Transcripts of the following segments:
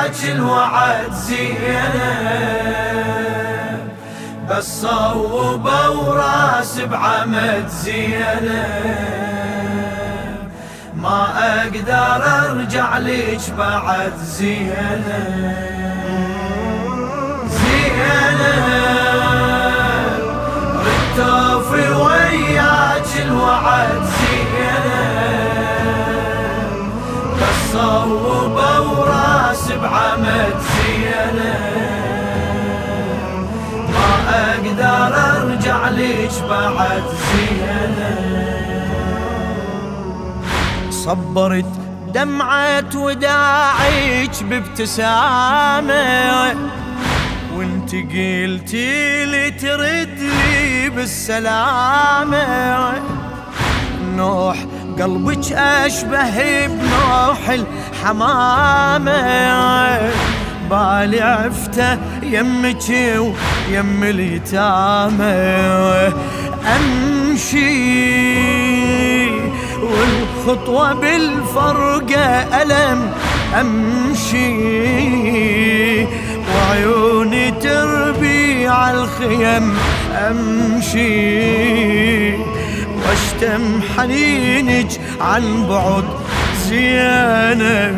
وياك الوعد زينب، بس صوبه وراس بعمد زينب، ما اقدر ارجع ليش بعد زينب. زينب ردت اوفي وياك الوعد زينب، بس صوبه وراس بعمد زينب، ما اقدر ارجع ليش بعد زينب. صبرت دمعة وداعيك بابتسامة، وانت قلتي لي ترد لي بالسلامة، نوح قلبك اشبه بنوح الحمامة، بالي عفته يمك ويم اليتامى، امشي والخطوة بالفرقة ألم، امشي وعيوني تربي عالخيم، امشي واشتم حنينك عن بعد زينب.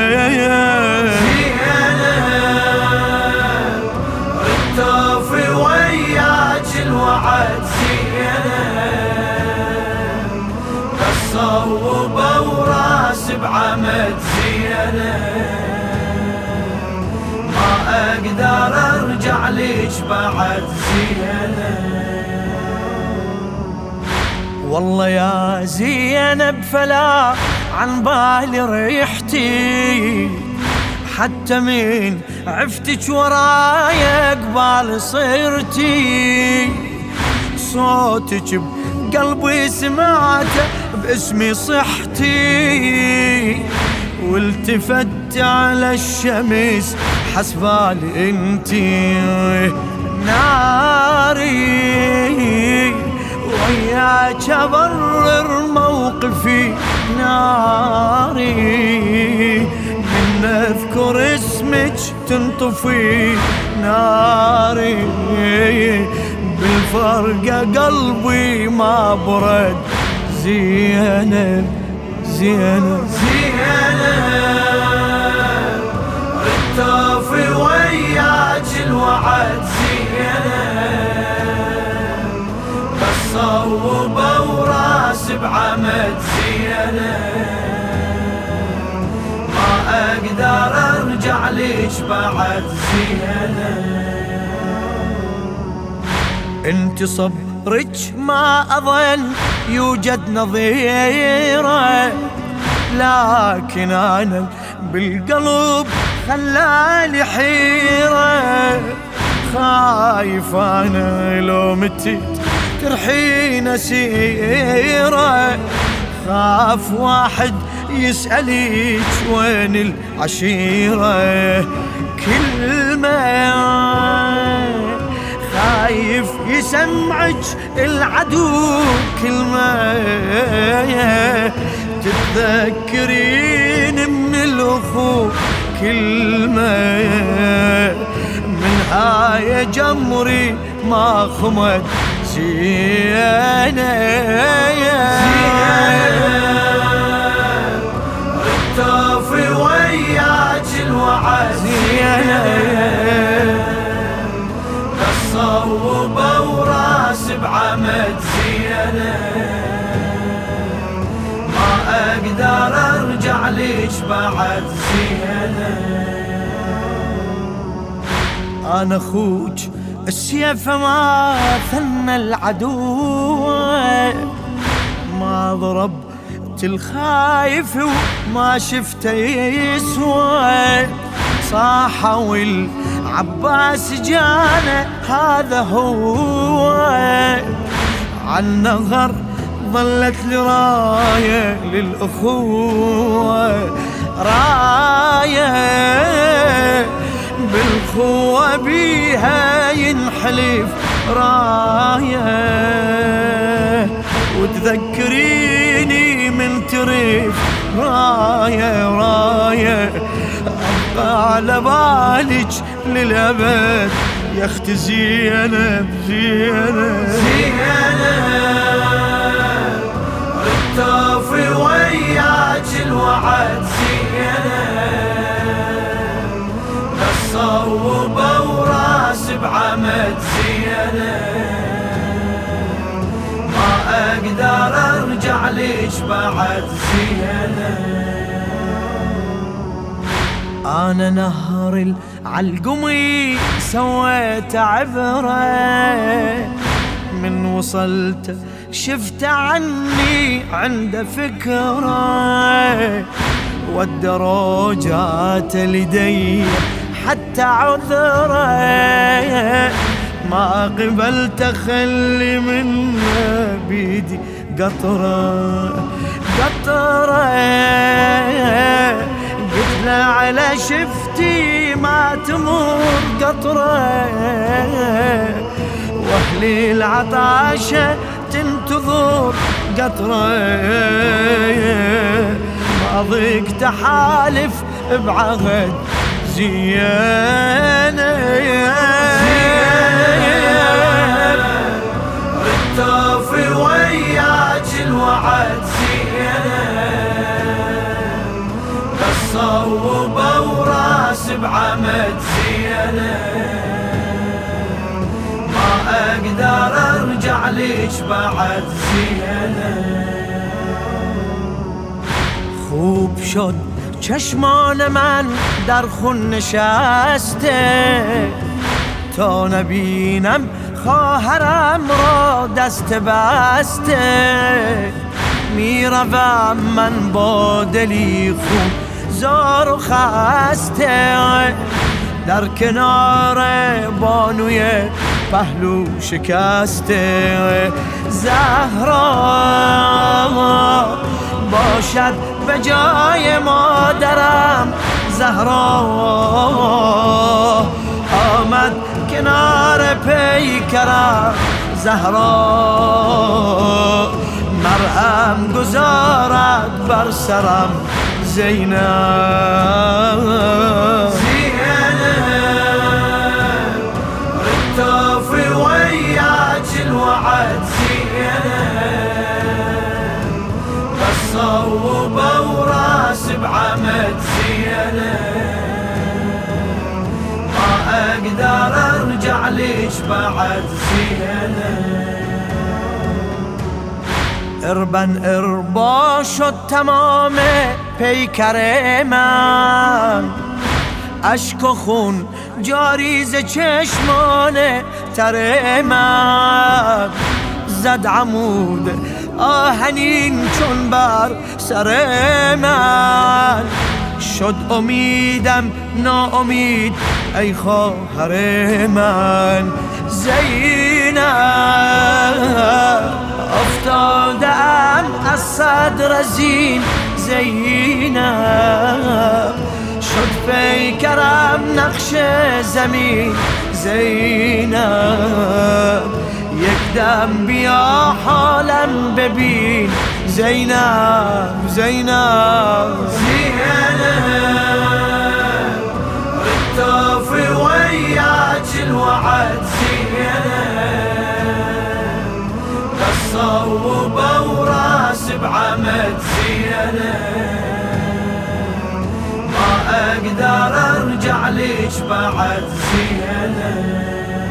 زينب ردت اوفي وياك الوعد زينب، بس صوبه وراس بعمد زينب، ما اقدر ارجع ليش بعد زينب. والله يا زينب فلا عن بالي ريحتي، حتى من عفتك ورايا قبال صرتي، صوتك بقلبي سمعته باسمي صحتي، والتفت على الشمس حسبالي انتي ناري، وياك ابرر موقفي ناري، من اذكر اسمك تنطفي ناري، بالفرقة قلبي ما برد زينب. زينب زينب ردت اوفي وياك الوعد زينب، بس صوبه وراس بعمد زينب، ما اقدر ارجع ليش بعد زينب. انت صبرك ما اظن يوجد نظيره، لكن انا بالقلب خلالي حيره، خايف انا لو متت ترحين سيره، خاف واحد يسأليك وين العشيرة، كلمة خايف يسمعك العدو، كلمة تتذكرين من الأخو، كلمة من هاي جمري ما خمد زينب. ردت اوفي وياك الوعد زينب، بس صوبه وراس بعمد زينب، ما اقدر ارجع ليش بعد زينب. انا اخوك السيف ما ثنى العدو، ما ضربت الخايف وما شفته يسوى، صاحة والعباس جانا هذا هو، عن نهر ظلت لي راية للأخوة، راية بالخوة بيها ينحلف راية، وتذكريني من ترف راية راية على بالك للأبد يا اختي زينب زينب زينب الطوفي وياك الوعد زينب الصوبة وراس بعمد زينب ما اقدر ارجع ليش بعد زينب أنا نهر العلقمي سويت عبرة من وصلت شفت عني عنده فكرة والدرجات لدي حتى عذرة ما قبلت أخلي منه بيدي قطرة قطرة قلت له على شفتي ما تمر قطرة واهلي العطاشة تنتظر قطرة ما ضيق تحالف بعهد زينب الطوفي وياك الوعد الصوبة وراس بعمد زينب ما اقدر ارجع ليش بعد زينب خوب شد چشمان من در خون نشسته تا نبینم خواهرم را دست بسته میروم من با دلی خون زار و خسته در کنار بانوی پهلو شکسته زهرا باشد به جای مادرم زهرا آمد کنار پیکرم زهرا مرهم گذارد بر سرم زینب زینب الطوفي وياك الوعد زينب الصوبة وراس بعمد زينب ما اقدر ارجع ليش بعد زينب اربن اربا شد تمام پیکر من اشک و خون جاری ز چشمان تر من زد عمود آهنین چون بر سر من شد امیدم ناامید ای خواهر من زینب افتادم از صدر زین زینب شد پیکرم نقش زمین زینب یک دم بیا حالم ببین زینب زینب زينب الطوفي وياك الوعد زينب الصوبة وراس بعمد زينب ما اقدر ارجع ليش بعد زينب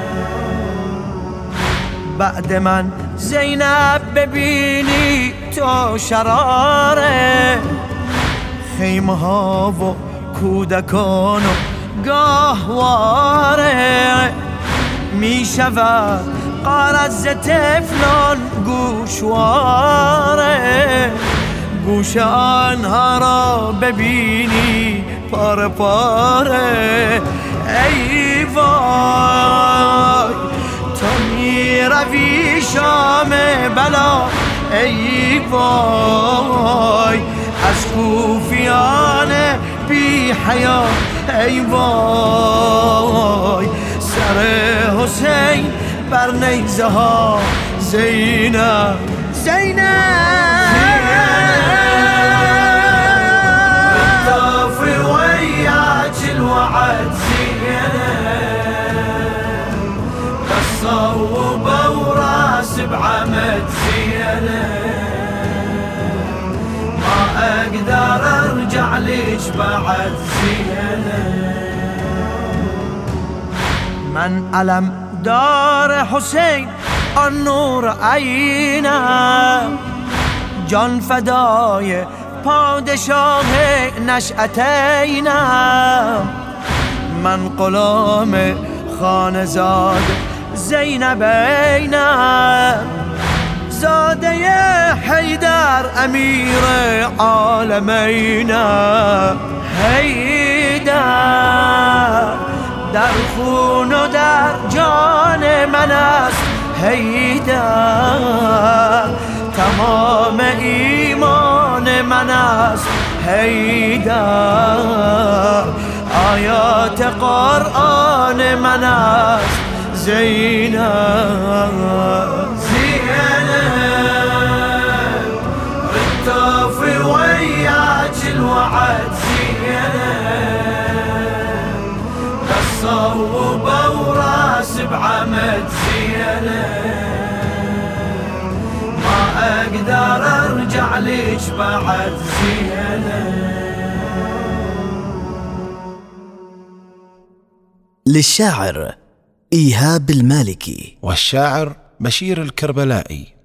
بعد من زینب ببینی تو شراره خیمه ها و کودکان و گاهواره می شود غرض طفلان گوشواره گوش آنها را ببینی پاره پاره ای وای تو می روی شام بلا ای وای از کوفیان بی حیا ای وای سر حسین بر نیزه ها زینب زینب الطوفي وياك صوبة وراس بعمد زينة ما اقدر ارجع ليش بعد زينة. من علم دار حسین النور عینه جان فدای پادشاه نشأتینم. من غلام خانزاد زینبینم زاده حیدر امیر عالمینم. حیدر در خون و در جان من است حیدر تمام ایمان من است حیدر آیات قرآن من است زینب. زینب بالتوفي وياك الوعد زينب بالصوبة وراس بعمد زينب ما اقدر ارجع ليش بعد زينب. للشاعر إيهاب المالكي والشاعر بشير الكربلائي.